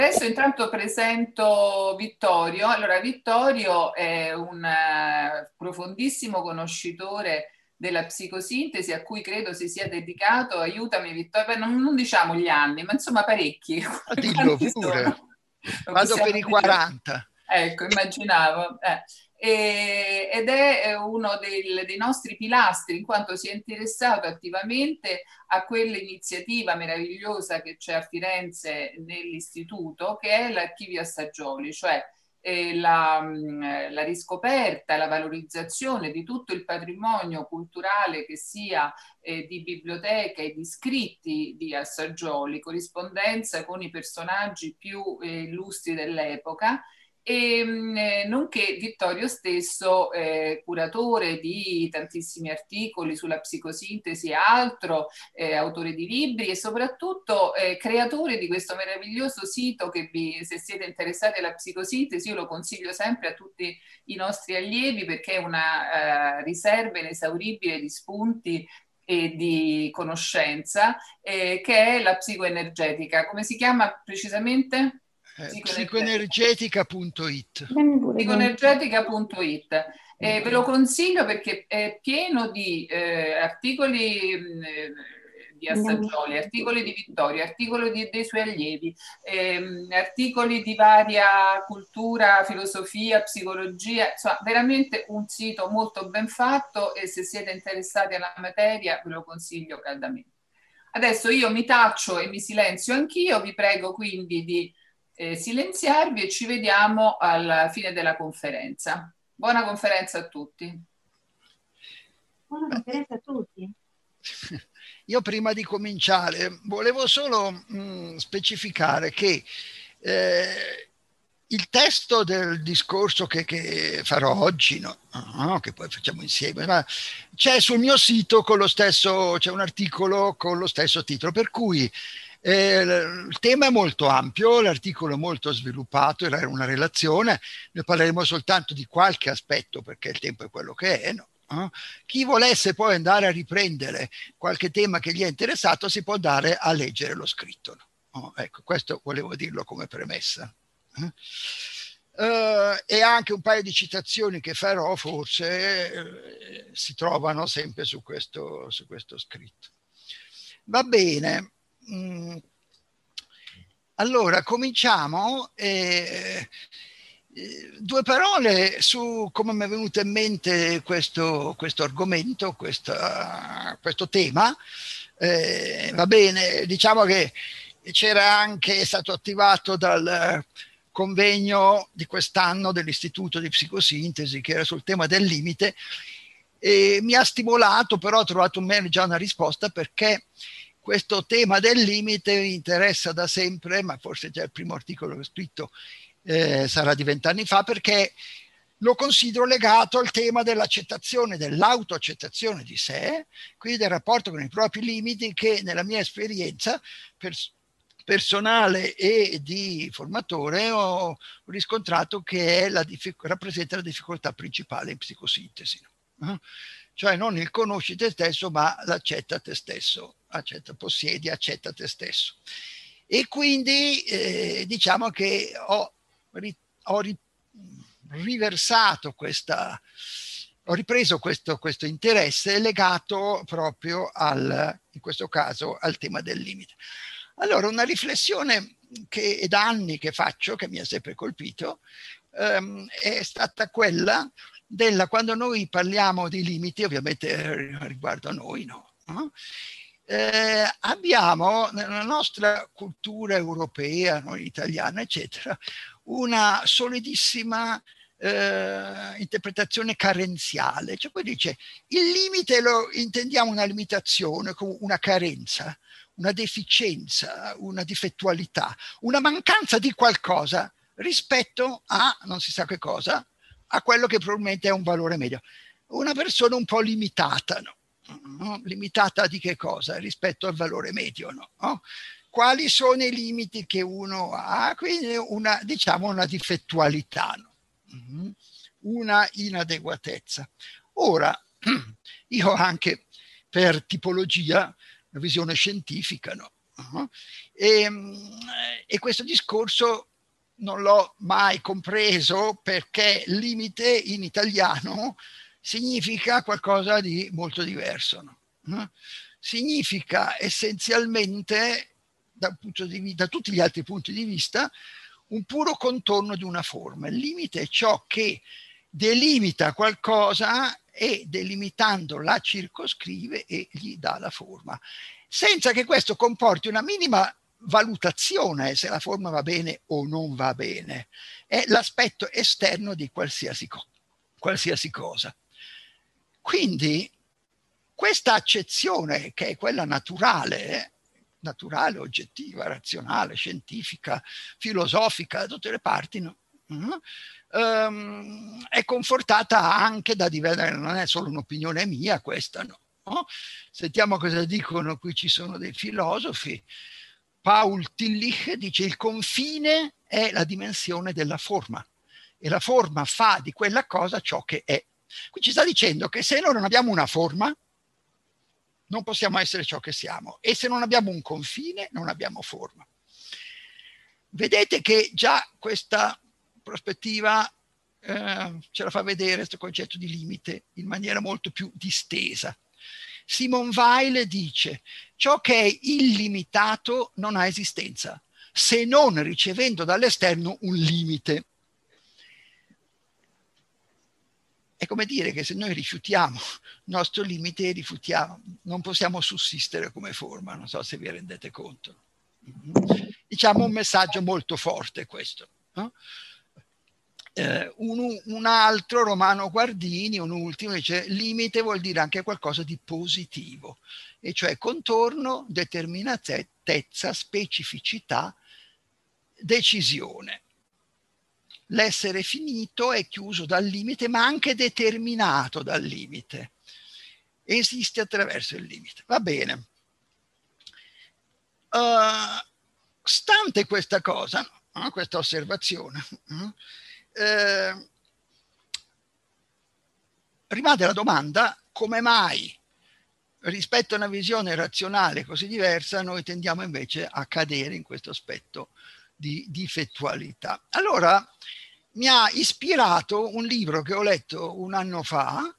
Adesso intanto presento Vittorio. Allora, Vittorio è un profondissimo conoscitore della psicosintesi a cui credo si sia dedicato, aiutami Vittorio, beh, non diciamo gli anni, ma insomma parecchi. A dillo Quanti pure, sono? Lo vado per possiamo i dire? 40. Ecco, immaginavo. Ed è uno dei nostri pilastri, in quanto si è interessato attivamente a quell'iniziativa meravigliosa che c'è a Firenze nell'istituto, che è l'Archivio Assaggioli, cioè la riscoperta, la valorizzazione di tutto il patrimonio culturale che sia di biblioteca e di scritti di Assaggioli, corrispondenza con i personaggi più illustri dell'epoca e nonché Vittorio stesso, curatore di tantissimi articoli sulla psicosintesi e altro, autore di libri e soprattutto creatore di questo meraviglioso sito che se siete interessati alla psicosintesi io lo consiglio sempre a tutti i nostri allievi perché è una riserva inesauribile di spunti e di conoscenza che è la psicoenergetica. Come si chiama precisamente? Psicoenergetica. Psicoenergetica.it. Psicoenergetica.it. Ve lo consiglio perché è pieno di articoli di Assaggioli, articoli di Vittorio, articoli dei suoi allievi, articoli di varia cultura, filosofia, psicologia, insomma veramente un sito molto ben fatto e se siete interessati alla materia ve lo consiglio caldamente. Adesso io mi taccio e mi silenzio anch'io, vi prego quindi di silenziarvi e ci vediamo alla fine della conferenza. Buona conferenza a tutti. Buona conferenza a tutti. Io prima di cominciare volevo solo specificare che il testo del discorso che farò oggi, no, che poi facciamo insieme, ma c'è sul mio sito con lo stesso, c'è un articolo con lo stesso titolo, per cui il tema è molto ampio, l'articolo è molto sviluppato, era una relazione, ne parleremo soltanto di qualche aspetto perché il tempo è quello che è, no? Chi volesse poi andare a riprendere qualche tema che gli è interessato si può andare a leggere lo scritto. No? Ecco, questo volevo dirlo come premessa. E anche un paio di citazioni che farò forse si trovano sempre su questo scritto. Va bene. Allora, cominciamo. Due parole su come mi è venuto in mente questo argomento, questo tema. Va bene, diciamo che c'era anche, è stato attivato dal convegno di quest'anno dell'Istituto di Psicosintesi che era sul tema del limite e mi ha stimolato, però ho trovato in me già una risposta perché questo tema del limite mi interessa da sempre, ma forse già il primo articolo che ho scritto sarà di 20 anni fa, perché lo considero legato al tema dell'accettazione, dell'autoaccettazione di sé, quindi del rapporto con i propri limiti che nella mia esperienza personale e di formatore ho riscontrato che rappresenta la difficoltà principale in psicosintesi. Cioè non il conosci te stesso, ma l'accetta te stesso, possiedi, accetta te stesso. E quindi diciamo che ho riversato ho ripreso questo interesse legato proprio in questo caso al tema del limite. Allora, una riflessione che è da anni che faccio, che mi ha sempre colpito, è stata quella quando noi parliamo di limiti, ovviamente riguardo a noi, no? Abbiamo nella nostra cultura europea, noi italiana, eccetera, una solidissima interpretazione carenziale, cioè poi dice il limite lo intendiamo una limitazione, una carenza, una deficienza, una difettualità, una mancanza di qualcosa rispetto a non si sa che cosa, a quello che probabilmente è un valore medio. Una persona un po' limitata, no? Limitata di che cosa? Rispetto al valore medio, no? Quali sono i limiti che uno ha? Quindi diciamo una difettualità, no? Una inadeguatezza. Ora, io anche per tipologia, una visione scientifica, no? E questo discorso non l'ho mai compreso, perché limite in italiano significa qualcosa di molto diverso, no? Significa essenzialmente, da tutti gli altri punti di vista, un puro contorno di una forma. Il limite è ciò che delimita qualcosa e, delimitando, la circoscrive e gli dà la forma, senza che questo comporti una minima valutazione se la forma va bene o non va bene. È l'aspetto esterno di qualsiasi cosa. Quindi questa accezione, che è quella naturale, oggettiva, razionale, scientifica, filosofica, da tutte le parti, no? È confortata anche da diverse, non è solo un'opinione mia questa, no? Sentiamo cosa dicono, qui ci sono dei filosofi. Paul Tillich dice: il confine è la dimensione della forma e la forma fa di quella cosa ciò che è. Qui ci sta dicendo che se noi non abbiamo una forma non possiamo essere ciò che siamo, e se non abbiamo un confine non abbiamo forma. Vedete che già questa prospettiva ce la fa vedere, questo concetto di limite, in maniera molto più distesa. Simone Weil dice: ciò che è illimitato non ha esistenza, se non ricevendo dall'esterno un limite. È come dire che se noi rifiutiamo il nostro limite, non possiamo sussistere come forma. Non so se vi rendete conto. Diciamo un messaggio molto forte questo, no? Un altro, Romano Guardini, un ultimo, dice: limite vuol dire anche qualcosa di positivo, e cioè contorno, determinatezza, specificità, decisione. L'essere finito è chiuso dal limite, ma anche determinato dal limite. Esiste attraverso il limite. Va bene. Stante questa cosa, questa osservazione, rimane la domanda: come mai rispetto a una visione razionale così diversa noi tendiamo invece a cadere in questo aspetto di difettualità? Allora mi ha ispirato un libro che ho letto un anno fa,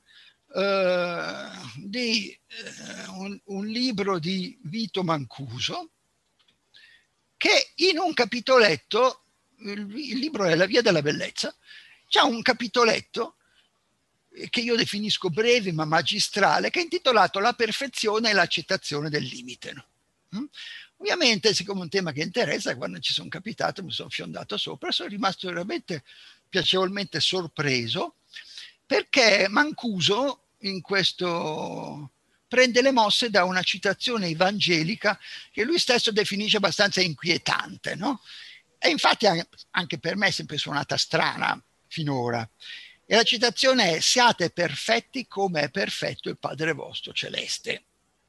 un libro di Vito Mancuso, che in un capitoletto, il libro è La via della bellezza, c'è un capitoletto che io definisco breve ma magistrale, che è intitolato La perfezione e l'accettazione del limite. No? Ovviamente, siccome è un tema che interessa, quando ci sono capitato mi sono fiondato sopra, sono rimasto veramente piacevolmente sorpreso, perché Mancuso in questo prende le mosse da una citazione evangelica che lui stesso definisce abbastanza inquietante, no? E infatti anche per me è sempre suonata strana finora. E la citazione è: siate perfetti come è perfetto il Padre vostro celeste.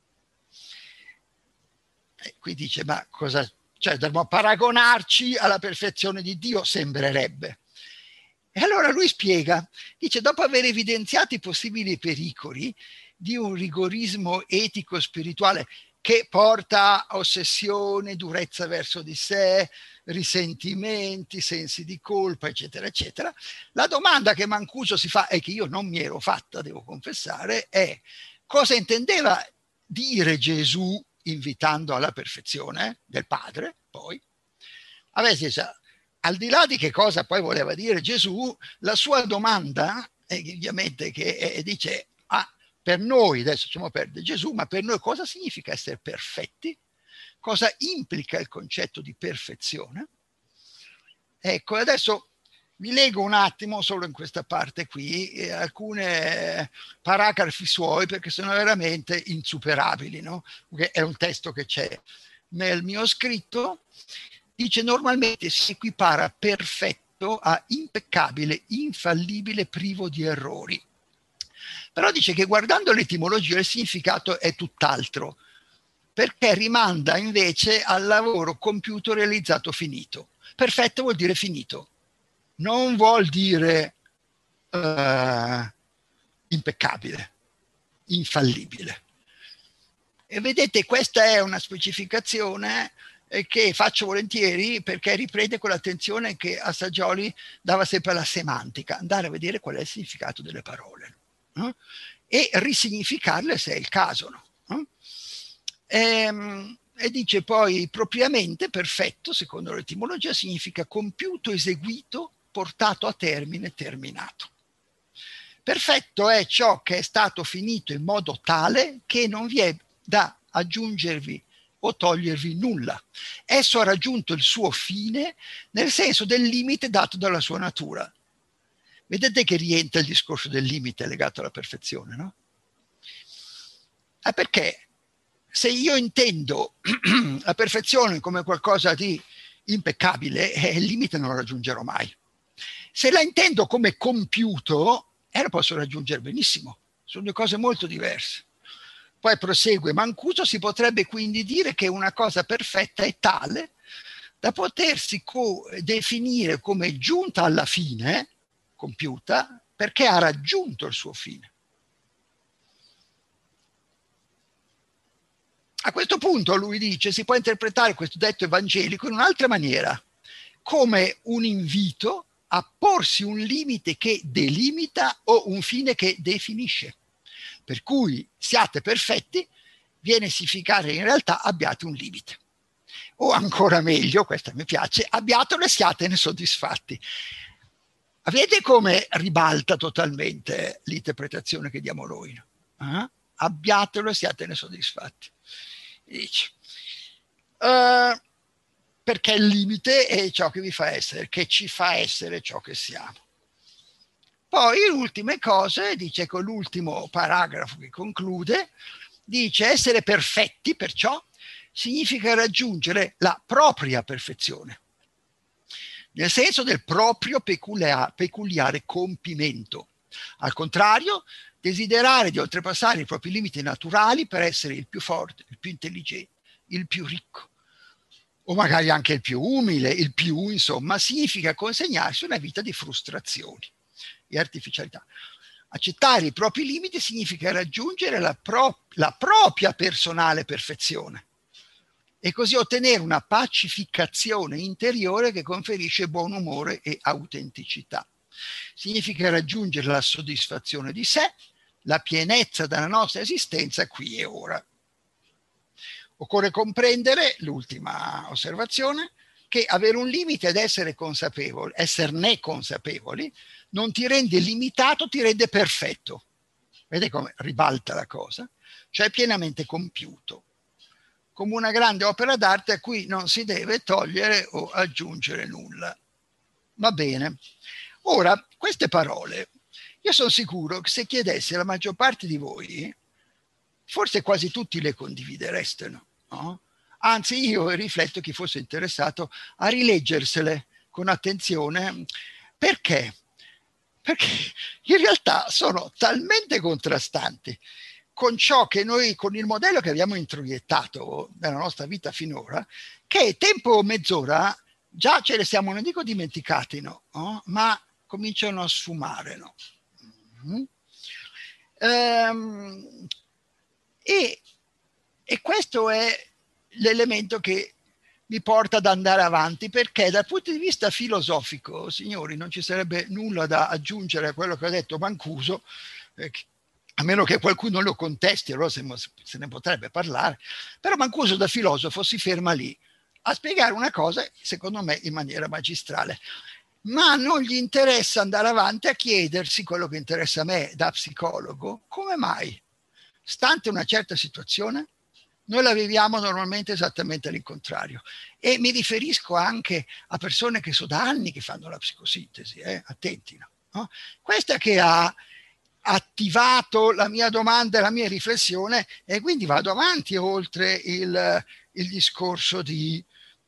E qui dice: ma cosa, cioè dobbiamo paragonarci alla perfezione di Dio? Sembrerebbe. E allora lui spiega, dice: dopo aver evidenziato i possibili pericoli di un rigorismo etico-spirituale che porta a ossessione, durezza verso di sé, risentimenti, sensi di colpa, eccetera, eccetera, la domanda che Mancuso si fa, e che io non mi ero fatta, devo confessare, è: cosa intendeva dire Gesù invitando alla perfezione del Padre? Poi, al di là di che cosa poi voleva dire Gesù, la sua domanda è ovviamente che dice: per noi, adesso lasciamo perdere Gesù, ma per noi cosa significa essere perfetti? Cosa implica il concetto di perfezione? Ecco, adesso vi leggo un attimo, solo in questa parte qui, alcune paragrafi suoi, perché sono veramente insuperabili, no? Perché è un testo che c'è nel mio scritto. Dice: normalmente si equipara perfetto a impeccabile, infallibile, privo di errori. Però dice che guardando l'etimologia il significato è tutt'altro, perché rimanda invece al lavoro compiuto, realizzato, finito. Perfetto vuol dire finito, non vuol dire impeccabile, infallibile. E vedete, questa è una specificazione che faccio volentieri perché riprende quell'attenzione che Assagioli dava sempre alla semantica, andare a vedere qual è il significato delle parole, no? E risignificarle se è il caso, no? E dice poi propriamente perfetto, secondo l'etimologia, significa compiuto, eseguito, portato a termine, terminato. Perfetto è ciò che è stato finito in modo tale che non vi è da aggiungervi o togliervi nulla. Esso ha raggiunto il suo fine nel senso del limite dato dalla sua natura. Vedete che rientra il discorso del limite legato alla perfezione, no? Perché se io intendo la perfezione come qualcosa di impeccabile, il limite non lo raggiungerò mai. Se la intendo come compiuto, la posso raggiungere benissimo. Sono due cose molto diverse. Poi prosegue Mancuso, si potrebbe quindi dire che una cosa perfetta è tale da potersi definire come giunta alla fine, compiuta, perché ha raggiunto il suo fine. A questo punto lui dice si può interpretare questo detto evangelico in un'altra maniera, come un invito a porsi un limite che delimita o un fine che definisce. Per cui siate perfetti viene a significare in realtà abbiate un limite. O ancora meglio, questa mi piace, abbiatelo e siatene soddisfatti. Vedete come ribalta totalmente l'interpretazione che diamo noi? Abbiatelo e siatene soddisfatti. Dice, perché il limite è ciò che vi fa essere, che ci fa essere ciò che siamo. Poi le ultime cose, dice con l'ultimo paragrafo che conclude, dice essere perfetti perciò significa raggiungere la propria perfezione, nel senso del proprio peculiare compimento. Al contrario, desiderare di oltrepassare i propri limiti naturali per essere il più forte, il più intelligente, il più ricco, o magari anche il più umile, il più, insomma, significa consegnarsi una vita di frustrazioni e artificialità. Accettare i propri limiti significa raggiungere la propria personale perfezione e così ottenere una pacificazione interiore che conferisce buon umore e autenticità. Significa raggiungere la soddisfazione di sé, la pienezza della nostra esistenza qui e ora. Occorre comprendere, l'ultima osservazione, che avere un limite ed essere consapevoli, esserne consapevoli, non ti rende limitato, ti rende perfetto. Vedete come ribalta la cosa? Cioè pienamente compiuto, come una grande opera d'arte a cui non si deve togliere o aggiungere nulla. Va bene. Ora, queste parole, io sono sicuro che se chiedessi alla maggior parte di voi, forse quasi tutti le condividereste, no? Anzi, io rifletto chi fosse interessato a rileggersele con attenzione. Perché? Perché in realtà sono talmente contrastanti con ciò che noi, con il modello che abbiamo introiettato nella nostra vita finora, che tempo mezz'ora già ce le siamo, non dico dimenticati, no? Ma cominciano a sfumare, no? E questo è l'elemento che mi porta ad andare avanti, perché dal punto di vista filosofico, signori, non ci sarebbe nulla da aggiungere a quello che ha detto Mancuso, a meno che qualcuno lo contesti, allora se ne potrebbe parlare, però Mancuso da filosofo si ferma lì a spiegare una cosa, secondo me, in maniera magistrale. Ma non gli interessa andare avanti a chiedersi quello che interessa a me da psicologo: come mai, stante una certa situazione, noi la viviamo normalmente esattamente all'incontrario. E mi riferisco anche a persone che so da anni che fanno la psicosintesi, attenti, no? Questa che ha attivato la mia domanda e la mia riflessione, e quindi vado avanti oltre il discorso di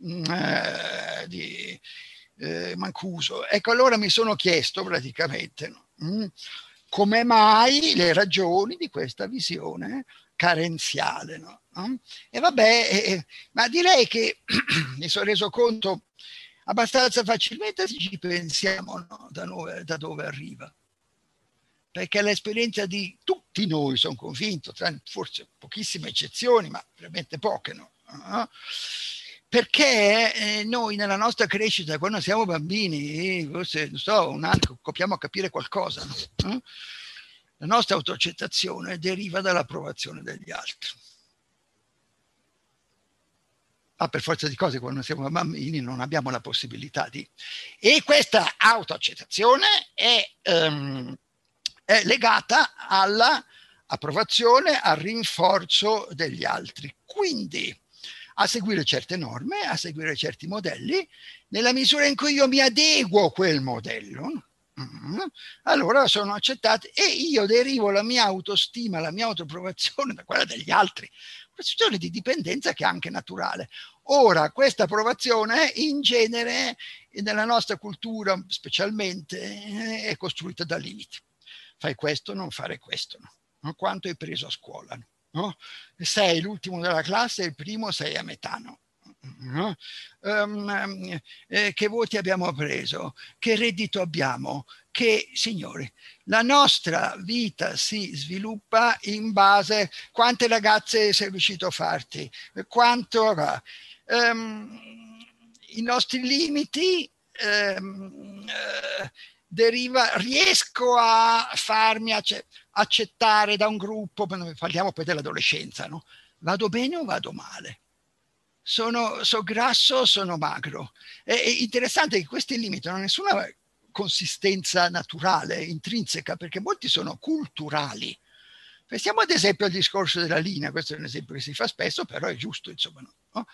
Mancuso. Ecco, allora mi sono chiesto praticamente come mai le ragioni di questa visione carenziale, no? E vabbè, ma direi che mi sono reso conto abbastanza facilmente, se ci pensiamo, no? Da dove arriva. perché l'esperienza di tutti noi, sono convinto, forse pochissime eccezioni, ma veramente poche, no? Perché noi nella nostra crescita, quando siamo bambini, forse, non so, un anno cominciamo a capire qualcosa, no? La nostra autoaccettazione deriva dall'approvazione degli altri. Ma per forza di cose, quando siamo bambini non abbiamo la possibilità di... E questa autoaccettazione è legata all'approvazione, al rinforzo degli altri. Quindi a seguire certe norme, a seguire certi modelli, nella misura in cui io mi adeguo a quel modello, allora sono accettati e io derivo la mia autostima, la mia autoapprovazione da quella degli altri. Una situazione di dipendenza che è anche naturale. Ora, questa approvazione in genere nella nostra cultura specialmente è costruita da limiti. Fai questo, non fare questo, no? Quanto hai preso a scuola, no? Sei l'ultimo della classe, il primo sei a metà, no? No? Che voti abbiamo preso, che reddito abbiamo, che, signori, la nostra vita si sviluppa in base a quante ragazze sei riuscito a farti, quanto i nostri limiti riesco a farmi accettare da un gruppo, parliamo poi dell'adolescenza, no? Vado bene o vado male? Sono grasso o sono magro? È interessante che questi limiti non hanno nessuna consistenza naturale, intrinseca, perché molti sono culturali. Pensiamo ad esempio al discorso della linea, questo è un esempio che si fa spesso, però è giusto, insomma. No?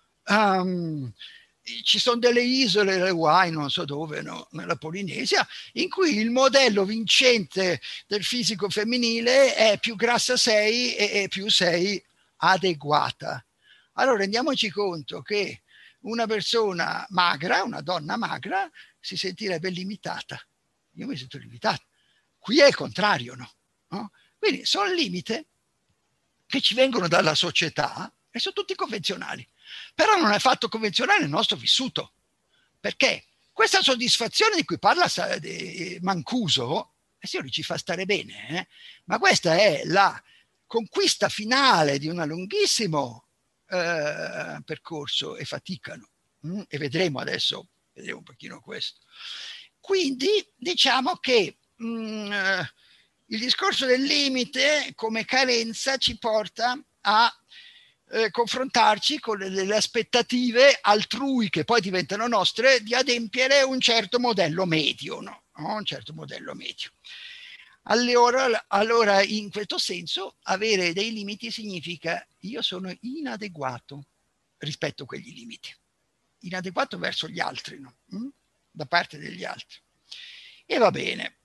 Ci sono delle isole, le Hawaii, non so dove, no? Nella Polinesia, in cui il modello vincente del fisico femminile è più grassa sei e più sei adeguata. Allora rendiamoci conto che una persona magra, una donna magra, si sentirebbe limitata. Io mi sento limitata. Qui è il contrario, no? Quindi sono limiti che ci vengono dalla società e sono tutti convenzionali. Però non è fatto convenzionale il nostro vissuto. Perché questa soddisfazione di cui parla Mancuso, signori, ci fa stare bene, ma questa è la conquista finale di un lunghissimo percorso e faticano. E vedremo adesso, vedremo un pochino questo. Quindi diciamo che il discorso del limite come carenza ci porta a confrontarci con le aspettative altrui che poi diventano nostre di adempiere un certo modello medio, no? Un certo modello medio. Allora, in questo senso, avere dei limiti significa io sono inadeguato rispetto a quegli limiti, inadeguato verso gli altri, no? Da parte degli altri. E va bene.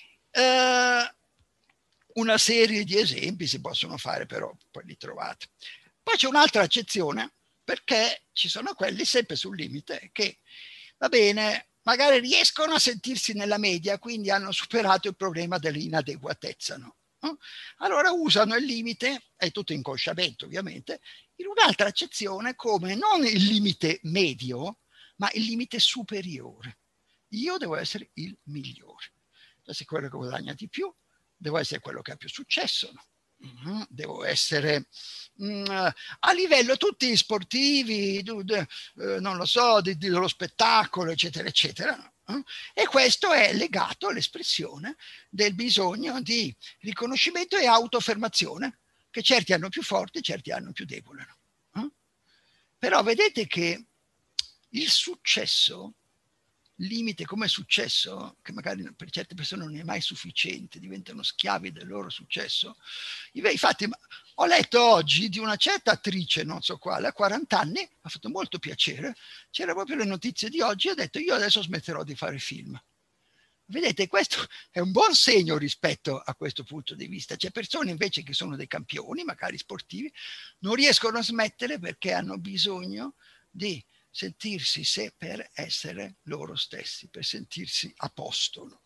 Una serie di esempi si possono fare, però poi li trovate. Poi c'è un'altra accezione, perché ci sono quelli sempre sul limite che, va bene, magari riescono a sentirsi nella media, quindi hanno superato il problema dell'inadeguatezza, no? Allora usano il limite, è tutto inconsciamente ovviamente, in un'altra accezione come non il limite medio, ma il limite superiore. Io devo essere il migliore. Devo essere quello che guadagna di più, devo essere quello che ha più successo, no? Devo essere a livello tutti sportivi, non lo so, dello spettacolo, eccetera, eccetera. E questo è legato all'espressione del bisogno di riconoscimento e autoaffermazione, che certi hanno più forte, certi hanno più debole. Però vedete che il successo, limite come successo, che magari per certe persone non è mai sufficiente, diventano schiavi del loro successo. Infatti ho letto oggi di una certa attrice, non so quale, a 40 anni, mi ha fatto molto piacere, c'era proprio le notizie di oggi, ha detto io adesso smetterò di fare film. Vedete, questo è un buon segno rispetto a questo punto di vista. C'è persone invece che sono dei campioni, magari sportivi, non riescono a smettere perché hanno bisogno di sentirsi sé per essere loro stessi, per sentirsi a posto,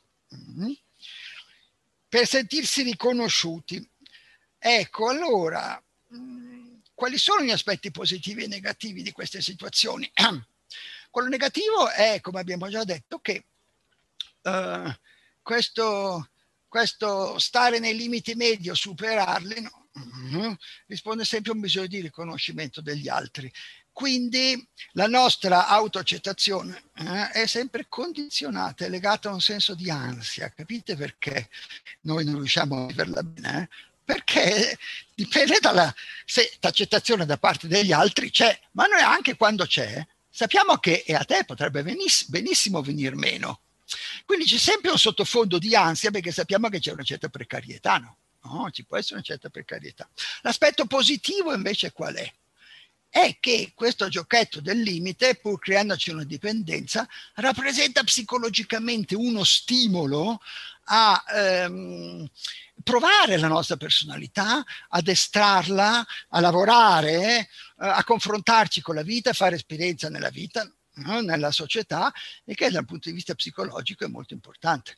per sentirsi riconosciuti. Ecco, allora, quali sono gli aspetti positivi e negativi di queste situazioni? Quello negativo è, come abbiamo già detto, che questo questo stare nei limiti medi o superarli, no? Risponde sempre a un bisogno di riconoscimento degli altri. Quindi la nostra autoaccettazione è sempre condizionata, è legata a un senso di ansia. Capite perché noi non riusciamo a viverla bene? Perché dipende se l'accettazione da parte degli altri c'è, ma noi anche quando c'è sappiamo che a te potrebbe benissimo venir meno. Quindi c'è sempre un sottofondo di ansia perché sappiamo che c'è una certa precarietà, no? No, ci può essere una certa precarietà. L'aspetto positivo invece qual è? È che questo giochetto del limite, pur creandoci una dipendenza, rappresenta psicologicamente uno stimolo a provare la nostra personalità, a destrarla, a lavorare, a confrontarci con la vita, a fare esperienza nella vita, no? Nella società, e che dal punto di vista psicologico è molto importante.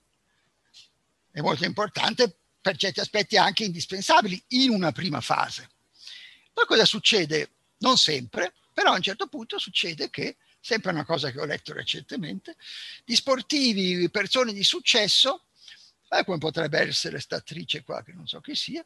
È molto importante, per certi aspetti anche indispensabili in una prima fase. Poi cosa succede? Non sempre, però a un certo punto succede che, sempre una cosa che ho letto recentemente, di sportivi, persone di successo, come potrebbe essere questa attrice qua, che non so chi sia,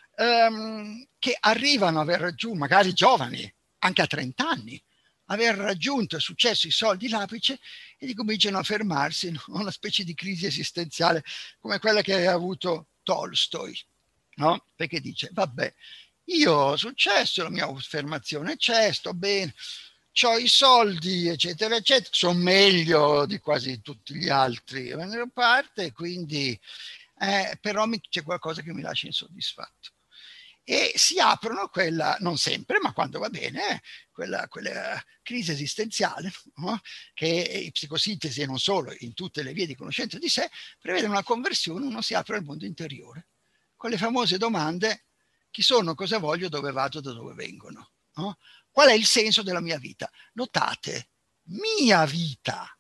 che arrivano a aver raggiunto, magari giovani, anche a 30 anni, aver raggiunto il successo, i soldi, l'apice, e cominciano a fermarsi in una specie di crisi esistenziale come quella che aveva avuto Tolstoi, no? Perché dice, vabbè, io ho successo, la mia affermazione c'è, sto bene, ho i soldi, eccetera, eccetera, sono meglio di quasi tutti gli altri, parte, quindi però c'è qualcosa che mi lascia insoddisfatto. E si aprono quella, non sempre, ma quando va bene, quella crisi esistenziale, no? Che in psicosintesi e non solo, in tutte le vie di conoscenza di sé, prevede una conversione, uno si apre al mondo interiore, con le famose domande: chi sono, cosa voglio, dove vado, da dove vengono, no? Qual è il senso della mia vita? Notate, mia vita,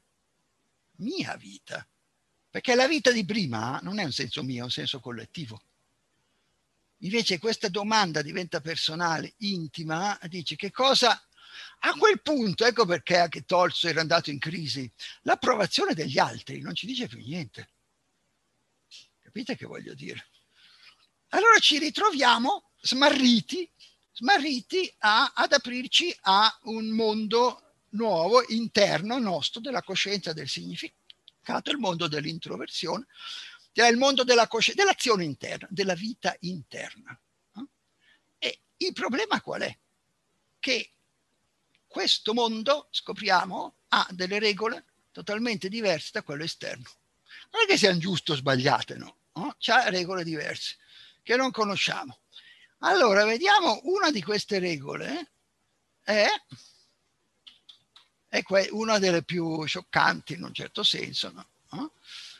perché la vita di prima non è un senso mio, è un senso collettivo. Invece questa domanda diventa personale, intima, dice che cosa, a quel punto, ecco perché anche Tolstoi era andato in crisi, l'approvazione degli altri non ci dice più niente. Capite che voglio dire? Allora ci ritroviamo smarriti ad aprirci a un mondo nuovo, interno nostro, della coscienza, del significato, il mondo dell'introversione, il mondo dell'azione interna, della vita interna. E il problema qual è? Che questo mondo, scopriamo, ha delle regole totalmente diverse da quello esterno. Non è che siano giuste o sbagliate, no? C'ha regole diverse che non conosciamo. Allora, vediamo una di queste regole, è una delle più scioccanti in un certo senso, no?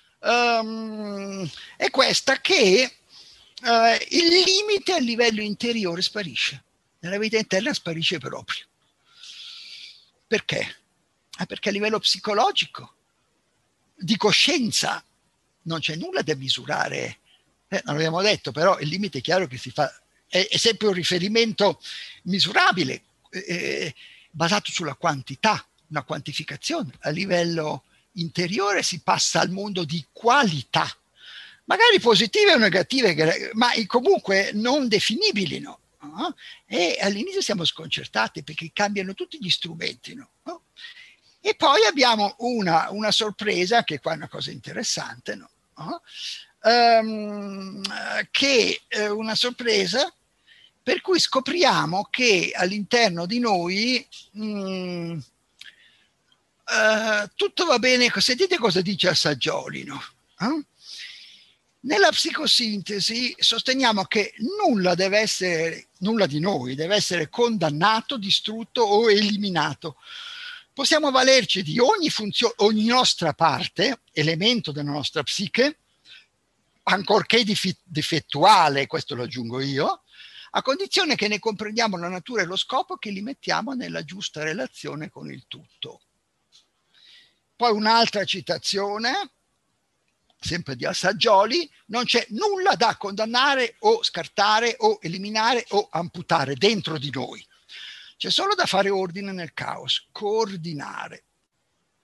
È questa che il limite a livello interiore sparisce, nella vita interna sparisce proprio. Perché? Perché a livello psicologico, di coscienza, non c'è nulla da misurare. Non l'abbiamo detto, però il limite è chiaro che si fa, è sempre un riferimento misurabile, basato sulla quantità, una quantificazione. A livello interiore si passa al mondo di qualità, magari positive o negative, ma comunque non definibili, no? E all'inizio siamo sconcertati perché cambiano tutti gli strumenti, no? E poi abbiamo una sorpresa, che qua è una cosa interessante, no? Che è una sorpresa per cui scopriamo che all'interno di noi tutto va bene. Sentite cosa dice Assaggioli, no? Nella psicosintesi sosteniamo che nulla di noi deve essere condannato, distrutto o eliminato. Possiamo valerci di ogni nostra parte, elemento della nostra psiche, ancorché difettuale, questo lo aggiungo io, a condizione che ne comprendiamo la natura e lo scopo, che li mettiamo nella giusta relazione con il tutto. Poi un'altra citazione, sempre di Assaggioli: non c'è nulla da condannare o scartare o eliminare o amputare dentro di noi. C'è solo da fare ordine nel caos, coordinare.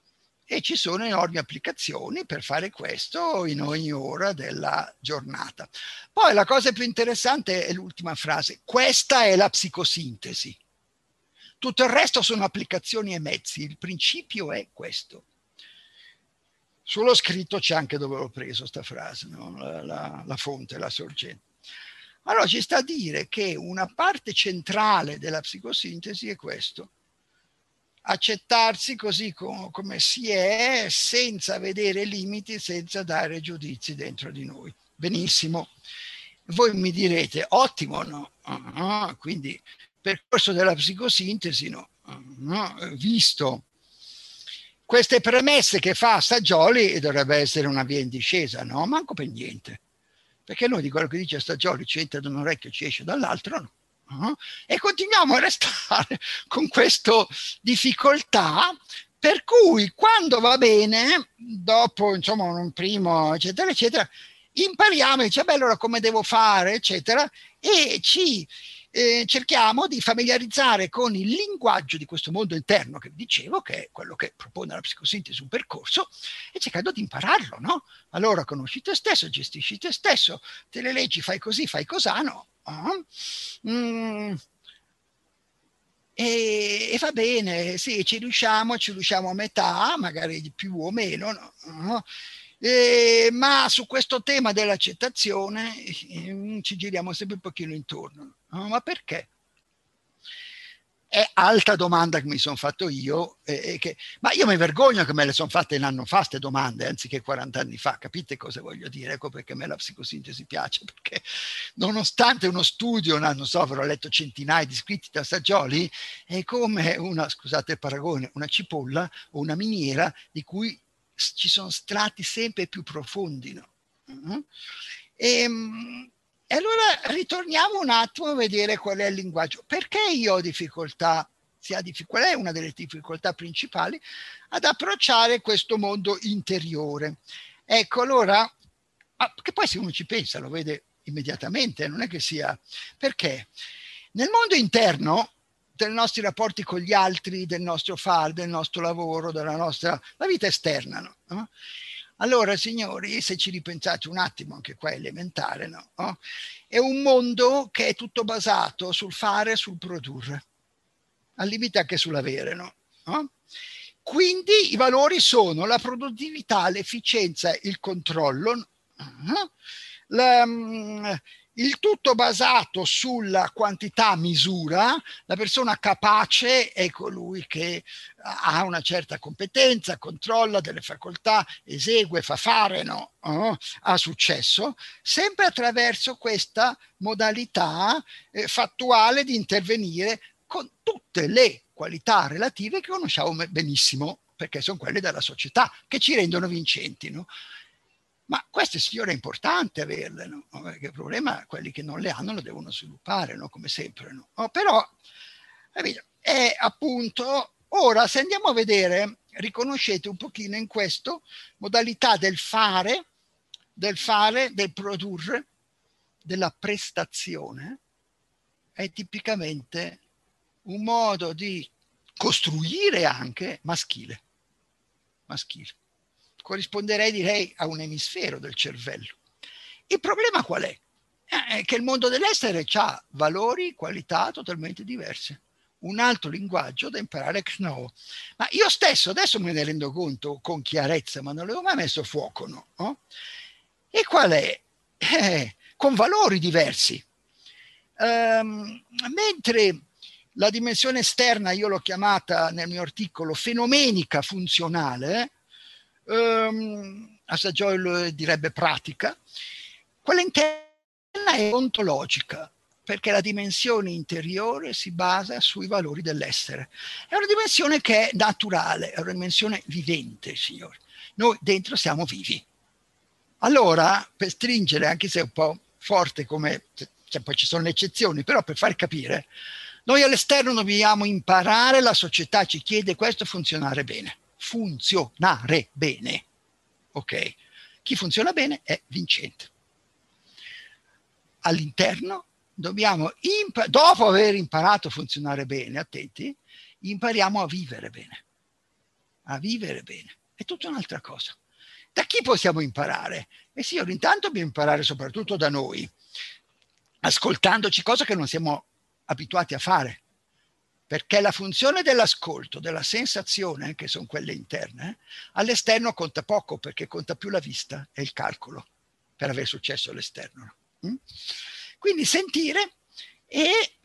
E ci sono enormi applicazioni per fare questo in ogni ora della giornata. Poi la cosa più interessante è l'ultima frase. Questa è la psicosintesi. Tutto il resto sono applicazioni e mezzi. Il principio è questo. Sullo scritto c'è anche dove l'ho preso sta frase, no? la fonte, la sorgente. Allora ci sta a dire che una parte centrale della psicosintesi è questo: accettarsi così come si è, senza vedere limiti, senza dare giudizi dentro di noi. Benissimo. Voi mi direte, ottimo, no? Quindi percorso della psicosintesi, no? Visto queste premesse che fa Stagioli, dovrebbe essere una via in discesa, no? Manco per niente. Perché noi di quello che dice Stagioli ci entra da un orecchio e ci esce dall'altro, no? E continuiamo a restare con questa difficoltà, per cui quando va bene, dopo insomma un primo eccetera eccetera, impariamo e dice beh allora come devo fare eccetera, e ci cerchiamo di familiarizzare con il linguaggio di questo mondo interno che vi dicevo, che è quello che propone la psicosintesi, un percorso, e cercando di impararlo, no? Allora conosci te stesso, gestisci te stesso, te le leggi, fai così, fai cosà, no? E va bene, sì, ci riusciamo a metà, magari di più o meno, no? Ma su questo tema dell'accettazione ci giriamo sempre un pochino intorno. No? Ma perché? È altra domanda che mi sono fatto io, ma io mi vergogno che me le sono fatte un anno fa queste domande, anziché 40 anni fa, capite cosa voglio dire? Ecco perché a me la psicosintesi piace, perché nonostante uno studio, non so, avrò letto centinaia di scritti da Stagioli, è come una, scusate il paragone, una cipolla o una miniera di cui ci sono strati sempre più profondi, no? E allora ritorniamo un attimo a vedere qual è il linguaggio. Perché io ho difficoltà, qual è una delle difficoltà principali ad approcciare questo mondo interiore? Ecco, allora, che poi se uno ci pensa lo vede immediatamente, non è che sia... Perché? Nel mondo interno dei nostri rapporti con gli altri, del nostro fare, del nostro lavoro, della nostra... la vita esterna, no? Allora, signori, se ci ripensate un attimo, anche qua è elementare, no? È un mondo che è tutto basato sul fare e sul produrre, al limite anche sull'avere, no? Quindi i valori sono la produttività, l'efficienza, il controllo, il tutto basato sulla quantità misura. La persona capace è colui che ha una certa competenza, controlla delle facoltà, esegue, fa fare, no? Ha successo, sempre attraverso questa modalità fattuale di intervenire con tutte le qualità relative che conosciamo benissimo, perché sono quelle della società che ci rendono vincenti, no? Ma queste signore è importante averle, no? Perché il problema è quelli che non le hanno lo devono sviluppare, no? Come sempre, no? Però è appunto, ora se andiamo a vedere, riconoscete un pochino in questo modalità del fare, del produrre, della prestazione, è tipicamente un modo di costruire anche maschile. Corrisponderei, direi, a un emisfero del cervello. Il problema qual è? È che il mondo dell'essere ha valori, qualità totalmente diverse. Un altro linguaggio da imparare che no. Ma io stesso adesso me ne rendo conto con chiarezza, ma non l'avevo mai messo a fuoco, no? E qual è? Con valori diversi. Mentre la dimensione esterna, io l'ho chiamata nel mio articolo fenomenica funzionale, a Stagioli direbbe pratica, quella interna è ontologica, perché la dimensione interiore si basa sui valori dell'essere. È una dimensione che è naturale, è una dimensione vivente, signori. Noi dentro siamo vivi. Allora, per stringere, anche se è un po' forte come, cioè, poi ci sono le eccezioni, però per far capire, noi all'esterno dobbiamo imparare, la società ci chiede questo, funzionare bene. Funzionare bene. Ok? Chi funziona bene è vincente. All'interno dobbiamo, dopo aver imparato a funzionare bene, attenti, impariamo a vivere bene. A vivere bene. è tutta un'altra cosa. Da chi possiamo imparare? Sì, intanto dobbiamo imparare soprattutto da noi, ascoltandoci, cosa che non siamo abituati a fare, perché la funzione dell'ascolto, della sensazione, che sono quelle interne, all'esterno conta poco, perché conta più la vista e il calcolo per avere successo all'esterno. Quindi sentire e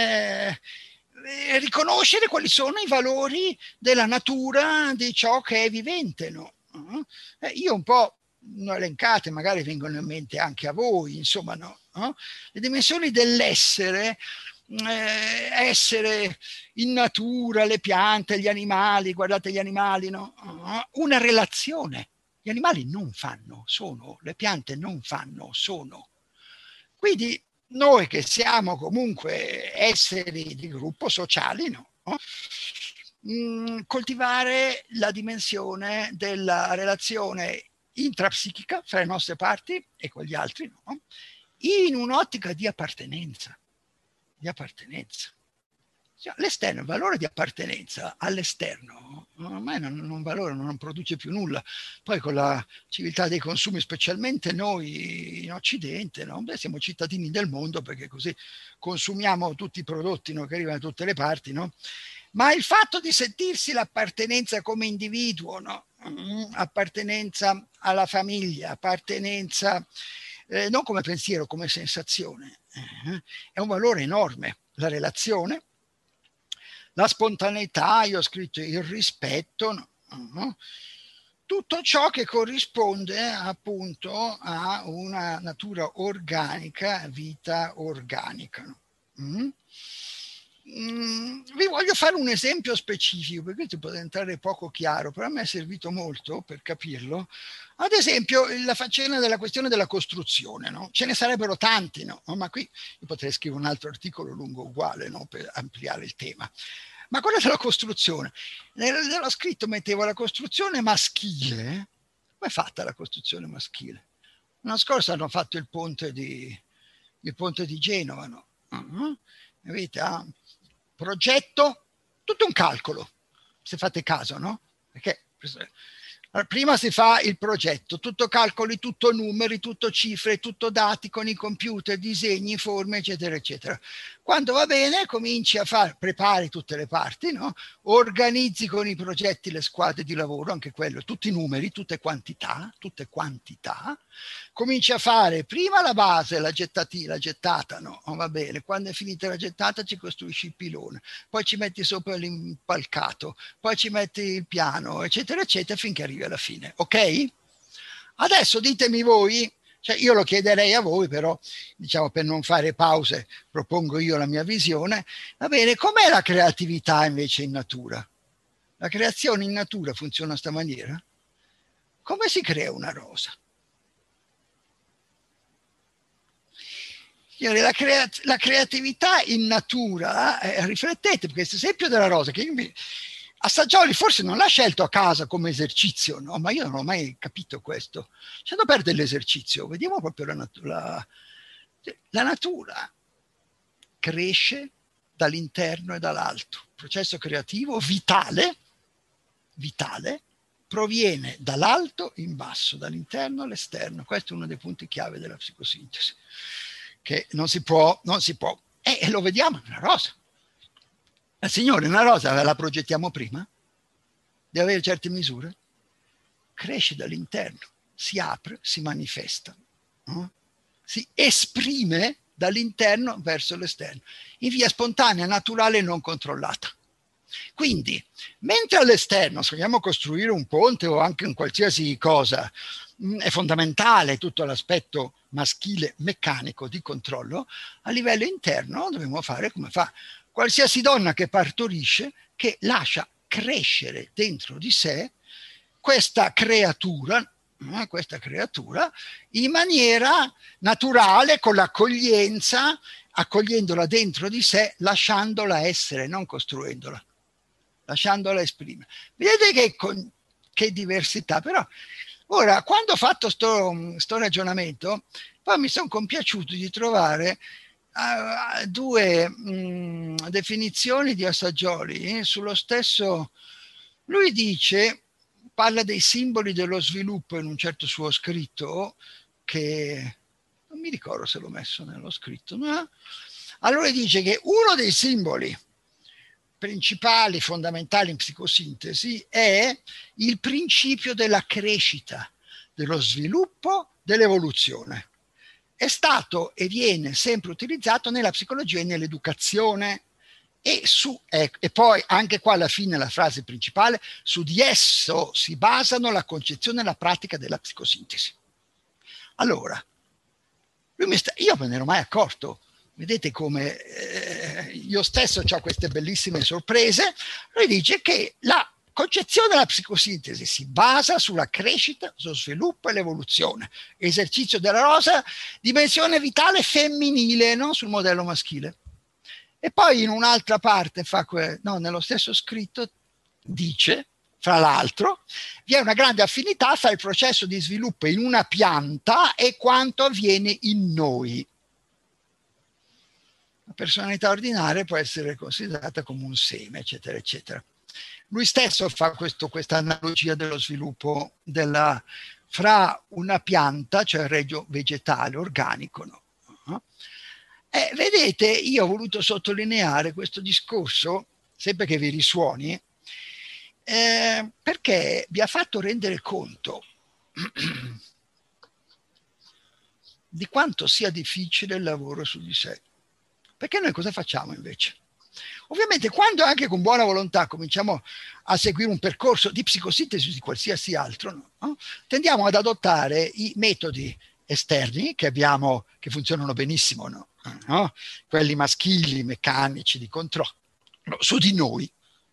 riconoscere quali sono i valori della natura di ciò che è vivente, no? Io un po' non elencate, magari vengono in mente anche a voi, insomma, no? Le dimensioni dell'essere, essere in natura, le piante, gli animali, guardate gli animali, no? Una relazione. Gli animali non fanno, sono, le piante non fanno, sono. Quindi noi che siamo comunque esseri di gruppo sociali, no? Coltivare la dimensione della relazione intrapsichica fra le nostre parti e con gli altri, no? In un'ottica di appartenenza. L'esterno, il valore di appartenenza all'esterno ormai non valora, non produce più nulla. Poi con la civiltà dei consumi, specialmente noi in Occidente, no? Siamo cittadini del mondo, perché così consumiamo tutti i prodotti, no? Che arrivano da tutte le parti, no? Ma il fatto di sentirsi l'appartenenza come individuo, no? Appartenenza alla famiglia, appartenenza non come pensiero, come sensazione, è un valore enorme. La relazione, la spontaneità, io ho scritto il rispetto, no? Tutto ciò che corrisponde appunto a una natura organica, vita organica. No? Vi voglio fare un esempio specifico, perché questo può diventare poco chiaro, però a me è servito molto per capirlo. Ad esempio, la faccenda della questione della costruzione, no? Ce ne sarebbero tanti, no? Ma qui io potrei scrivere un altro articolo lungo uguale, no? Per ampliare il tema. Ma quella della costruzione, nello scritto mettevo la costruzione maschile. Come è fatta la costruzione maschile? L'anno scorso hanno fatto il ponte di Genova, no? Avete progetto, tutto un calcolo, se fate caso, no? Perché prima si fa il progetto, tutto calcoli, tutto numeri, tutto cifre, tutto dati con i computer, disegni, forme, eccetera, eccetera. Quando va bene, cominci a fare, prepari tutte le parti, no? Organizzi con i progetti le squadre di lavoro, anche quello, tutti i numeri, tutte quantità, cominci a fare prima la base, la gettata, no? Va bene, quando è finita la gettata ci costruisci il pilone, poi ci metti sopra l'impalcato, poi ci metti il piano, eccetera, eccetera, finché arrivi alla fine, ok? Adesso ditemi voi, cioè io lo chiederei a voi, però diciamo per non fare pause propongo io la mia visione. Va bene, com'è la creatività invece in natura? La creazione in natura funziona a sta maniera? Come si crea una rosa? La creatività in natura, riflettete, perché questo esempio della rosa, che Assagioli forse non l'ha scelto a casa come esercizio, no? Ma io non ho mai capito questo. Lasciando perdere l'esercizio, vediamo proprio la natura cresce dall'interno e dall'alto. Il processo creativo vitale proviene dall'alto in basso, dall'interno all'esterno. Questo è uno dei punti chiave della psicosintesi, che non si può, e lo vediamo nella rosa. Signore, una rosa la progettiamo prima? Deve avere certe misure? Cresce dall'interno, si apre, si manifesta, si esprime dall'interno verso l'esterno, in via spontanea, naturale e non controllata. Quindi, mentre all'esterno, se vogliamo costruire un ponte o anche un qualsiasi cosa, è fondamentale tutto l'aspetto maschile meccanico di controllo, a livello interno dobbiamo fare come fa qualsiasi donna che partorisce, che lascia crescere dentro di sé questa creatura in maniera naturale, con l'accoglienza, accogliendola dentro di sé, lasciandola essere, non costruendola, lasciandola esprimere. Vedete che diversità, però. Ora, quando ho fatto sto ragionamento, poi mi sono compiaciuto di trovare due definizioni di Assagioli sullo stesso. Lui dice, parla dei simboli dello sviluppo in un certo suo scritto, che non mi ricordo se l'ho messo nello scritto, no? Allora dice che uno dei simboli principali, fondamentali in psicosintesi è il principio della crescita, dello sviluppo, dell'evoluzione. È stato e viene sempre utilizzato nella psicologia e nell'educazione. E poi anche qua alla fine la frase principale: su di esso si basano la concezione e la pratica della psicosintesi. Allora, io me ne ero mai accorto, vedete come io stesso ho queste bellissime sorprese. Lui dice che la concezione della psicosintesi si basa sulla crescita, sullo sviluppo e l'evoluzione, esercizio della rosa, dimensione vitale femminile, non sul modello maschile. E poi in un'altra parte nello stesso scritto dice, fra l'altro, vi è una grande affinità fra il processo di sviluppo in una pianta e quanto avviene in noi. La personalità ordinaria può essere considerata come un seme, eccetera, eccetera. Lui stesso fa questa analogia dello sviluppo fra una pianta, cioè il regno vegetale, organico, no? Vedete, io ho voluto sottolineare questo discorso, sempre che vi risuoni, perché vi ha fatto rendere conto di quanto sia difficile il lavoro su di sé. Perché noi cosa facciamo invece? Ovviamente quando anche con buona volontà cominciamo a seguire un percorso di psicosintesi di qualsiasi altro, no? Tendiamo ad adottare i metodi esterni che abbiamo, che funzionano benissimo, no? Quelli maschili, meccanici, di controllo, su di noi.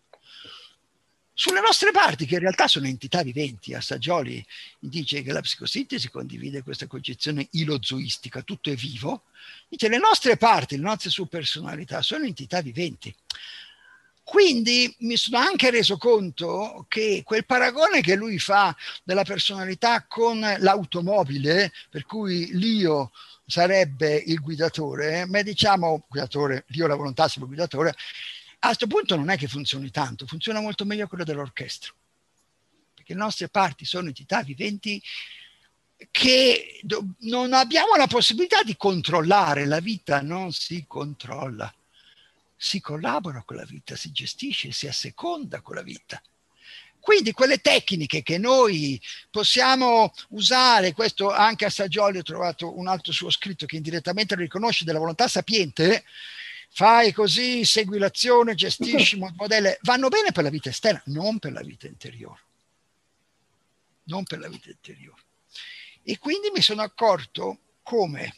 Sulle nostre parti, che in realtà sono entità viventi. Assagioli dice che la psicosintesi condivide questa concezione ilozoistica, tutto è vivo. Dice le nostre parti, le nostre subpersonalità sono entità viventi. Quindi mi sono anche reso conto che quel paragone che lui fa della personalità con l'automobile, per cui l'io sarebbe il guidatore, ma diciamo guidatore, l'io la volontà sarebbe il guidatore, a questo punto non è che funzioni tanto, funziona molto meglio quello dell'orchestra, perché le nostre parti sono entità viventi che non abbiamo la possibilità di controllare. La vita non si controlla, si collabora con la vita, si gestisce, si asseconda con la vita. Quindi quelle tecniche che noi possiamo usare, questo anche a Assagioli ho trovato un altro suo scritto che indirettamente riconosce della volontà sapiente, fai così, segui l'azione, gestisci, modelli, vanno bene per la vita esterna, non per la vita interiore. Non per la vita interiore. E quindi mi sono accorto come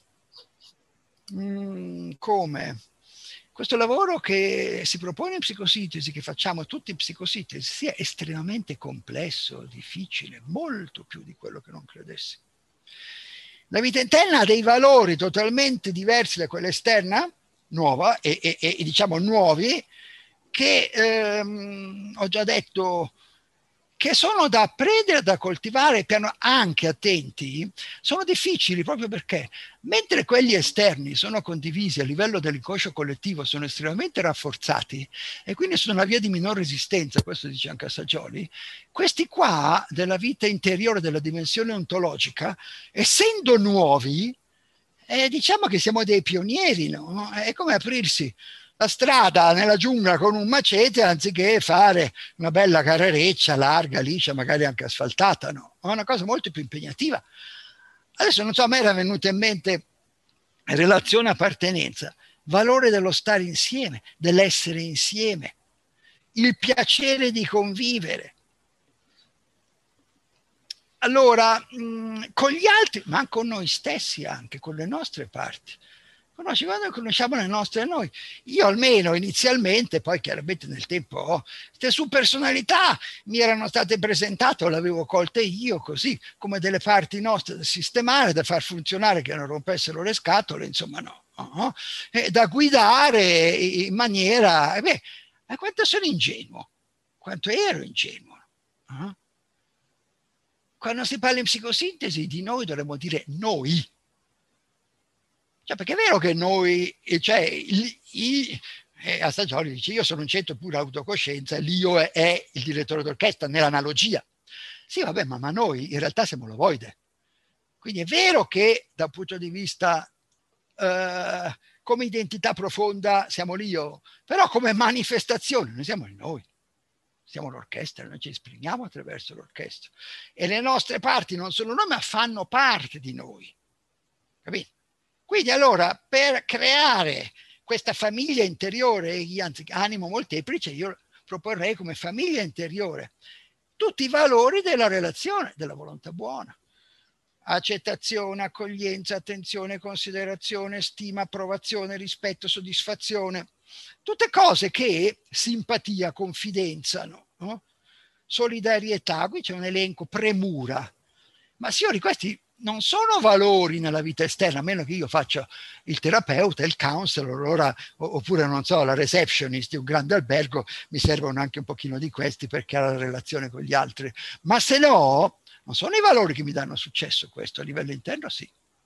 questo lavoro che si propone in psicosintesi, che facciamo tutti in psicosintesi, sia estremamente complesso, difficile, molto più di quello che non credessi. La vita interna ha dei valori totalmente diversi da quella esterna, nuova, e diciamo nuovi, che ho già detto, che sono da apprendere, da coltivare, piano anche attenti, sono difficili proprio perché, mentre quelli esterni sono condivisi a livello dell'inconscio collettivo, sono estremamente rafforzati e quindi sono una via di minor resistenza, questo dice anche Assagioli, questi qua della vita interiore, della dimensione ontologica, essendo nuovi, diciamo che siamo dei pionieri, no? È come aprirsi la strada nella giungla con un macete anziché fare una bella carrereccia larga, liscia, magari anche asfaltata, no? È una cosa molto più impegnativa. Adesso non so, a me era venuta in mente relazione appartenenza, valore dello stare insieme, dell'essere insieme, il piacere di convivere. Allora, con gli altri, ma con noi stessi anche, con le nostre parti. Quando conosciamo le nostre noi, io almeno inizialmente, poi chiaramente nel tempo, queste su personalità mi erano state presentate o le avevo colte io così, come delle parti nostre da sistemare, da far funzionare, che non rompessero le scatole, insomma no, da guidare in maniera, ma quanto sono ingenuo, quanto ero ingenuo. Quando si parla in psicosintesi di noi dovremmo dire noi. Cioè, perché è vero che noi, cioè, Assagioli dice io sono un centro pura autocoscienza, l'io è il direttore d'orchestra nell'analogia, Sì, vabbè, ma noi in realtà siamo l'ovoide. Quindi è vero che dal punto di vista come identità profonda siamo l'io, però come manifestazione noi siamo il noi. Siamo l'orchestra, noi ci esprimiamo attraverso l'orchestra. E le nostre parti non sono noi, ma fanno parte di noi. Capito? Quindi allora, per creare questa famiglia interiore, anzi animo molteplice, io proporrei come famiglia interiore tutti i valori della relazione, della volontà buona. Accettazione, accoglienza, attenzione, considerazione, stima, approvazione, rispetto, soddisfazione. Tutte cose che simpatia, confidenza, no? Solidarietà, qui c'è un elenco, premura. Ma signori, questi non sono valori nella vita esterna, a meno che io faccia il terapeuta, il counselor, allora, oppure non so, la receptionist di un grande albergo, mi servono anche un pochino di questi perché ha la relazione con gli altri. Ma se no, non sono i valori che mi danno successo questo, a livello interno sì.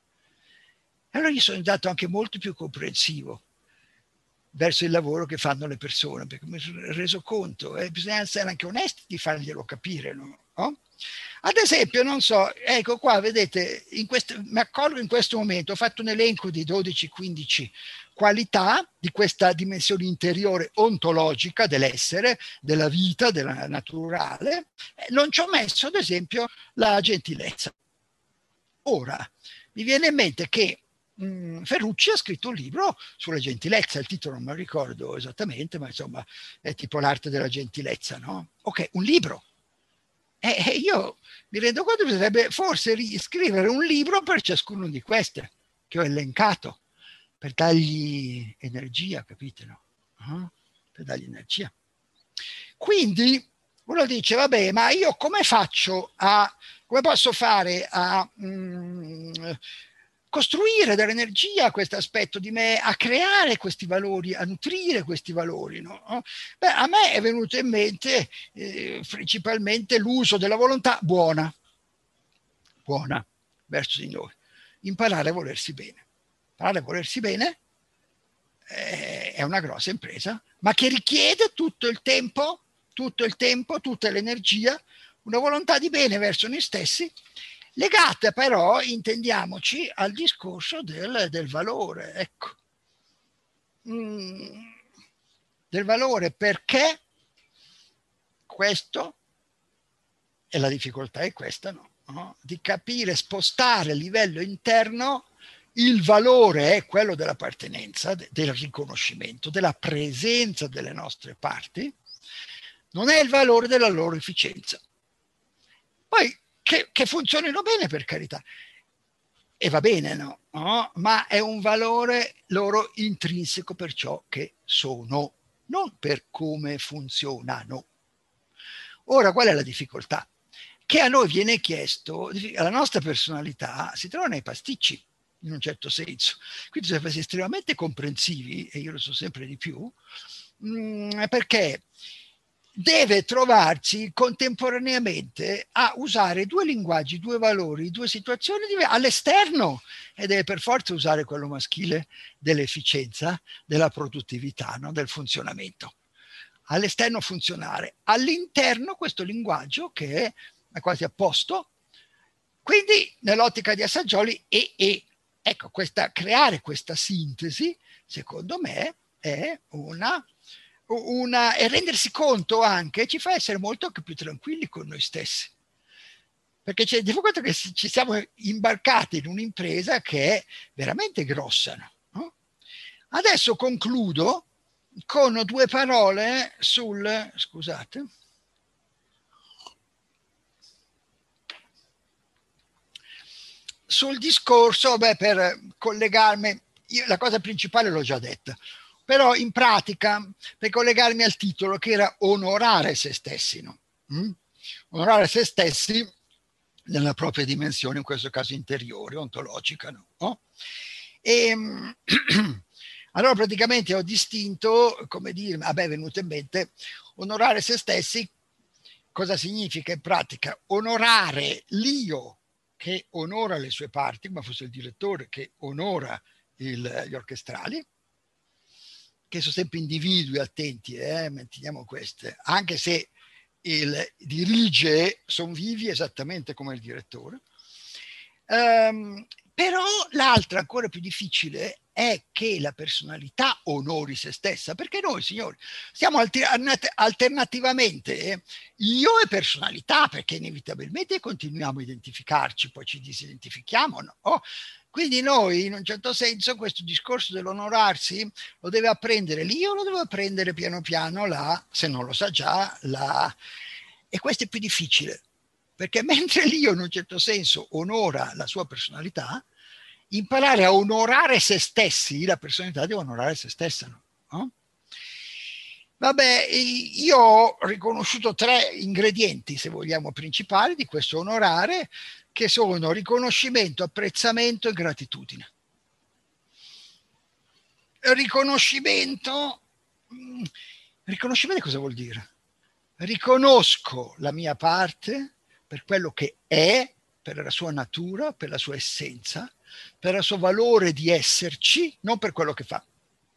E allora io sono diventato anche molto più comprensivo verso il lavoro che fanno le persone, perché mi sono reso conto, bisogna essere anche onesti di farglielo capire, no? Ad esempio, non so, ecco qua, vedete, mi accorgo in questo momento, ho fatto un elenco di 12-15 qualità di questa dimensione interiore ontologica dell'essere, della vita, della naturale, non ci ho messo, ad esempio, la gentilezza. Ora, mi viene in mente che Ferrucci ha scritto un libro sulla gentilezza, il titolo non me lo ricordo esattamente, ma insomma è tipo l'arte della gentilezza, no? Ok, un libro. E io mi rendo conto che bisognerebbe forse scrivere un libro per ciascuno di queste che ho elencato, per dargli energia, capite, no? Per dargli energia. Quindi uno dice, vabbè, ma io come posso fare a costruire dell'energia questo aspetto di me, a creare questi valori, a nutrire questi valori, no? Beh, a me è venuto in mente principalmente l'uso della volontà buona verso di noi, imparare a volersi bene. Imparare a volersi bene è una grossa impresa, ma che richiede tutto il tempo, tutta l'energia, una volontà di bene verso noi stessi, legata però, intendiamoci, al discorso del valore, ecco. Del valore, perché questo, e la difficoltà è questa, no? Di capire, spostare a livello interno il valore è quello dell'appartenenza, del riconoscimento, della presenza delle nostre parti, non è il valore della loro efficienza. Poi che funzionino bene, per carità, e va bene, no? Ma è un valore loro intrinseco per ciò che sono, non per come funzionano. Ora, qual è la difficoltà? Che a noi viene chiesto, la nostra personalità si trova nei pasticci, in un certo senso. Quindi bisogna essere estremamente comprensivi, e io lo so sempre di più, perché deve trovarsi contemporaneamente a usare due linguaggi, due valori, due situazioni all'esterno, e deve per forza usare quello maschile dell'efficienza, della produttività, no? Del funzionamento. All'esterno funzionare, all'interno questo linguaggio che è quasi a posto. Quindi nell'ottica di Assaggioli ecco, creare questa sintesi, secondo me, è e rendersi conto anche ci fa essere molto anche più tranquilli con noi stessi, perché ci rendiamo conto che ci siamo imbarcati in un'impresa che è veramente grossa, no? Adesso concludo con due parole sul discorso, per collegarmi, la cosa principale l'ho già detta, però in pratica per collegarmi al titolo, che era onorare se stessi, no? Onorare se stessi nella propria dimensione, in questo caso interiore, ontologica, no? E allora praticamente ho distinto, come dire, è venuto in mente, onorare se stessi, cosa significa in pratica? Onorare l'io che onora le sue parti, come fosse il direttore che onora gli orchestrali, che sono sempre individui attenti, manteniamo queste, anche se dirige sono vivi esattamente come il direttore. Però l'altra ancora più difficile è che la personalità onori se stessa, perché noi, signori, siamo alternativamente io e personalità, perché inevitabilmente continuiamo a identificarci, poi ci disidentifichiamo, no? Quindi noi, in un certo senso, questo discorso dell'onorarsi lo deve apprendere l'io, lo deve apprendere piano piano là, se non lo sa già, là. E questo è più difficile, perché mentre l'io in un certo senso onora la sua personalità, imparare a onorare se stessi, la personalità deve onorare se stessa, no? Vabbè, io ho riconosciuto 3 ingredienti, se vogliamo, principali di questo onorare, che sono riconoscimento, apprezzamento e gratitudine. Riconoscimento cosa vuol dire? Riconosco la mia parte per quello che è, per la sua natura, per la sua essenza, per il suo valore di esserci, non per quello che fa.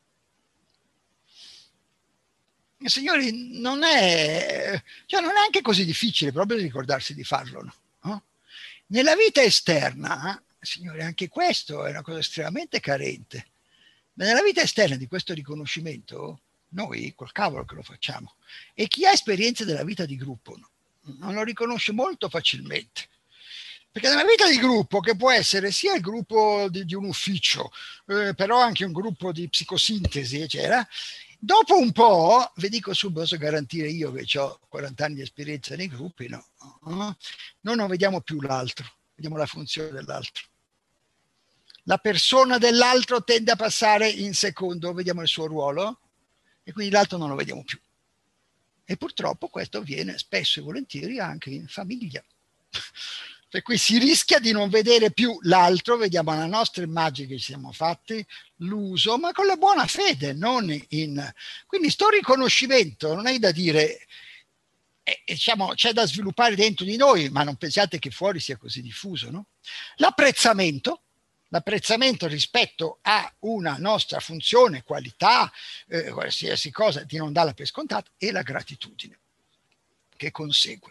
E, signori, non è anche così difficile proprio ricordarsi di farlo, no? Nella vita esterna, signori, anche questo è una cosa estremamente carente, ma nella vita esterna di questo riconoscimento noi col cavolo che lo facciamo, e chi ha esperienze della vita di gruppo non lo riconosce molto facilmente. Perché nella vita di gruppo, che può essere sia il gruppo di un ufficio, però anche un gruppo di psicosintesi, eccetera, dopo un po', vi dico subito, posso garantire io che ho 40 anni di esperienza nei gruppi, no? Noi non vediamo più l'altro, vediamo la funzione dell'altro. La persona dell'altro tende a passare in secondo, vediamo il suo ruolo, e quindi l'altro non lo vediamo più. E purtroppo questo avviene spesso e volentieri anche in famiglia. Per cui si rischia di non vedere più l'altro, vediamo la nostra immagine che ci siamo fatti, l'uso, ma con la buona fede, non in... Quindi sto riconoscimento non è da dire, diciamo, c'è da sviluppare dentro di noi, ma non pensiate che fuori sia così diffuso, no? L'apprezzamento rispetto a una nostra funzione, qualità, qualsiasi cosa, di non darla per scontata, e la gratitudine che consegue.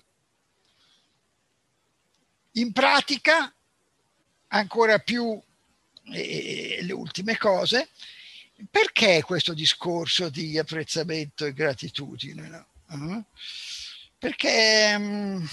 In pratica, ancora più le ultime cose, perché questo discorso di apprezzamento e gratitudine? No? Perché,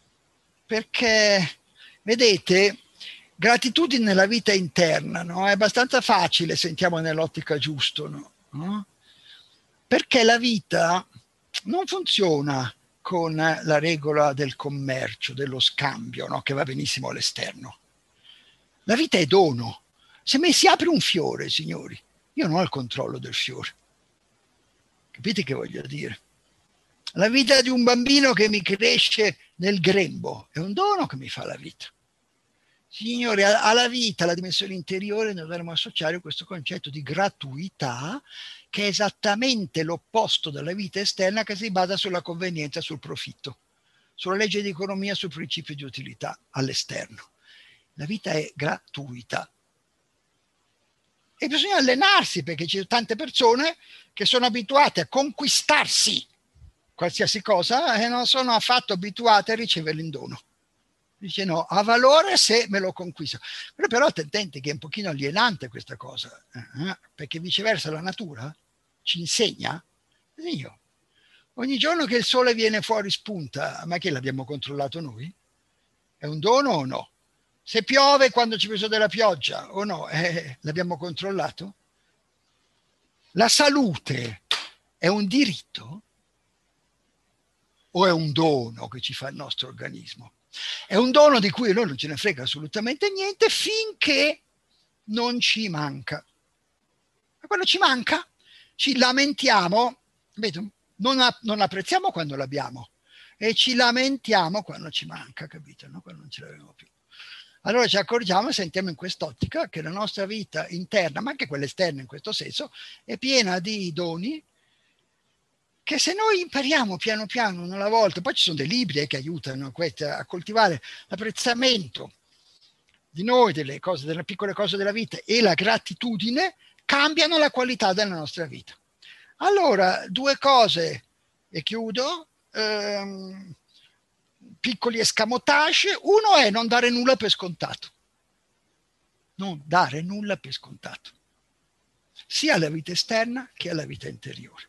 vedete, gratitudine nella vita interna, no? È abbastanza facile, sentiamo nell'ottica giusta, no? Perché la vita non funziona con la regola del commercio, dello scambio, no? Che va benissimo all'esterno. La vita è dono. Se mi si apre un fiore, signori, io non ho il controllo del fiore. Capite che voglio dire? La vita di un bambino che mi cresce nel grembo è un dono che mi fa la vita. Signori, alla vita, alla dimensione interiore, noi dovremmo associare questo concetto di gratuità, che è esattamente l'opposto della vita esterna, che si basa sulla convenienza, sul profitto, sulla legge di economia, sul principio di utilità all'esterno. La vita è gratuita. E bisogna allenarsi, perché ci sono tante persone che sono abituate a conquistarsi qualsiasi cosa e non sono affatto abituate a riceverla in dono. Dice no, ha valore se me lo conquisto. Però attenti che è un pochino alienante questa cosa, perché viceversa la natura ci insegna, io, ogni giorno che il sole viene fuori spunta, ma che l'abbiamo controllato noi? È un dono o no? Se piove quando ci preso della pioggia o no? L'abbiamo controllato? La salute è un diritto o è un dono che ci fa il nostro organismo? È un dono di cui noi non ce ne frega assolutamente niente finché non ci manca. Ma quando ci manca, ci lamentiamo, non apprezziamo quando l'abbiamo e ci lamentiamo quando ci manca, capito? No? Quando non ce l'abbiamo più. Allora ci accorgiamo e sentiamo in quest'ottica che la nostra vita interna, ma anche quella esterna in questo senso, è piena di doni che se noi impariamo piano piano, una alla volta, poi ci sono dei libri che aiutano a coltivare l'apprezzamento di noi, delle piccole cose della vita e la gratitudine, cambiano la qualità della nostra vita. Allora, 2 cose e chiudo. piccoli escamotage. Uno è non dare nulla per scontato. Non dare nulla per scontato, sia alla vita esterna che alla vita interiore.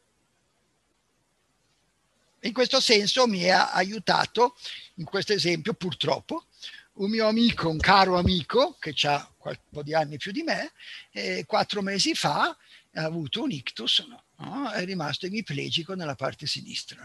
In questo senso mi ha aiutato, in questo esempio, purtroppo, un mio amico, un caro amico, che ha un po' di anni più di me, 4 mesi fa ha avuto un ictus, no? È rimasto emiplegico nella parte sinistra.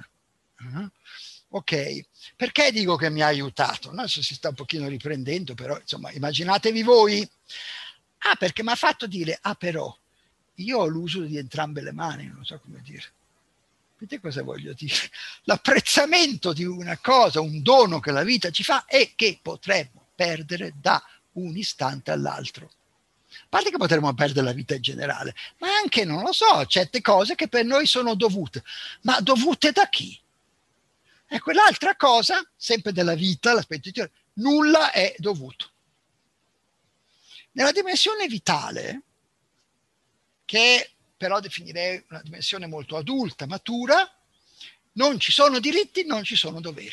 Ok, perché dico che mi ha aiutato? Adesso si sta un pochino riprendendo, però insomma immaginatevi voi. Perché mi ha fatto dire, però io ho l'uso di entrambe le mani, non so come dire. Vedete cosa voglio dire? L'apprezzamento di una cosa, un dono che la vita ci fa e che potremmo perdere da un istante all'altro. A parte che potremmo perdere la vita in generale, ma anche, non lo so, certe cose che per noi sono dovute. Ma dovute da chi? E quell'altra cosa, sempre della vita, l'aspetto interiore, nulla è dovuto. Nella dimensione vitale, che però definirei una dimensione molto adulta, matura, non ci sono diritti, non ci sono doveri.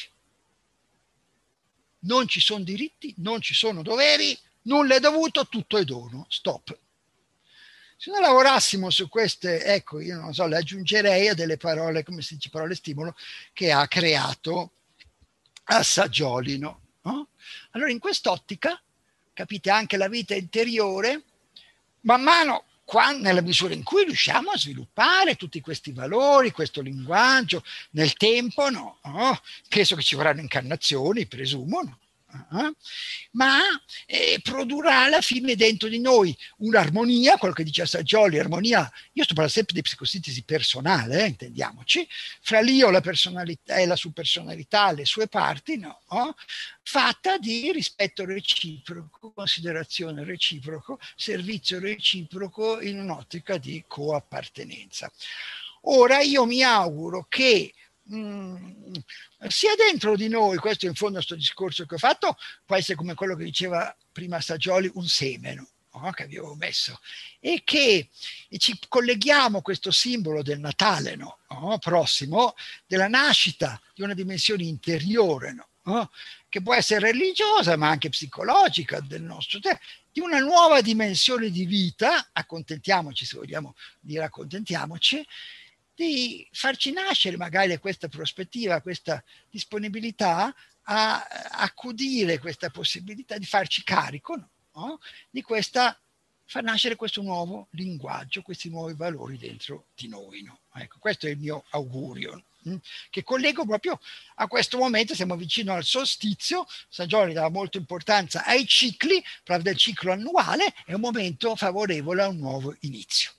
Non ci sono diritti, non ci sono doveri, nulla è dovuto, tutto è dono. Stop. Se noi lavorassimo su queste, ecco, io non so, le aggiungerei a delle parole, come si dice, parole stimolo, che ha creato Assagiolino. No? Allora, in quest'ottica, capite, anche la vita interiore, man mano, nella misura in cui riusciamo a sviluppare tutti questi valori, questo linguaggio, nel tempo, no? Penso che ci vorranno incarnazioni, presumo, no? Ma produrrà alla fine dentro di noi un'armonia, quello che dice Assagioli, armonia, io sto parlando sempre di psicosintesi personale, intendiamoci, fra l'io, la personalità e la sua personalità, le sue parti, no? Fatta di rispetto reciproco, considerazione reciproco, servizio reciproco in un'ottica di coappartenenza. Ora io mi auguro che sia dentro di noi, questo in fondo questo discorso che ho fatto può essere come quello che diceva prima Assagioli, un seme, no? Che avevo messo, e che ci colleghiamo a questo simbolo del Natale, no? Prossimo, della nascita di una dimensione interiore, no? Che può essere religiosa ma anche psicologica del nostro tempo, di una nuova dimensione di vita, accontentiamoci, se vogliamo dire accontentiamoci, di farci nascere magari questa prospettiva, questa disponibilità a accudire questa possibilità di farci carico, no? Di questa, far nascere questo nuovo linguaggio, questi nuovi valori dentro di noi. No? Ecco, questo è il mio augurio, che collego proprio a questo momento. Siamo vicino al solstizio, Assagioli dà molta importanza ai cicli, proprio del ciclo annuale, è un momento favorevole a un nuovo inizio.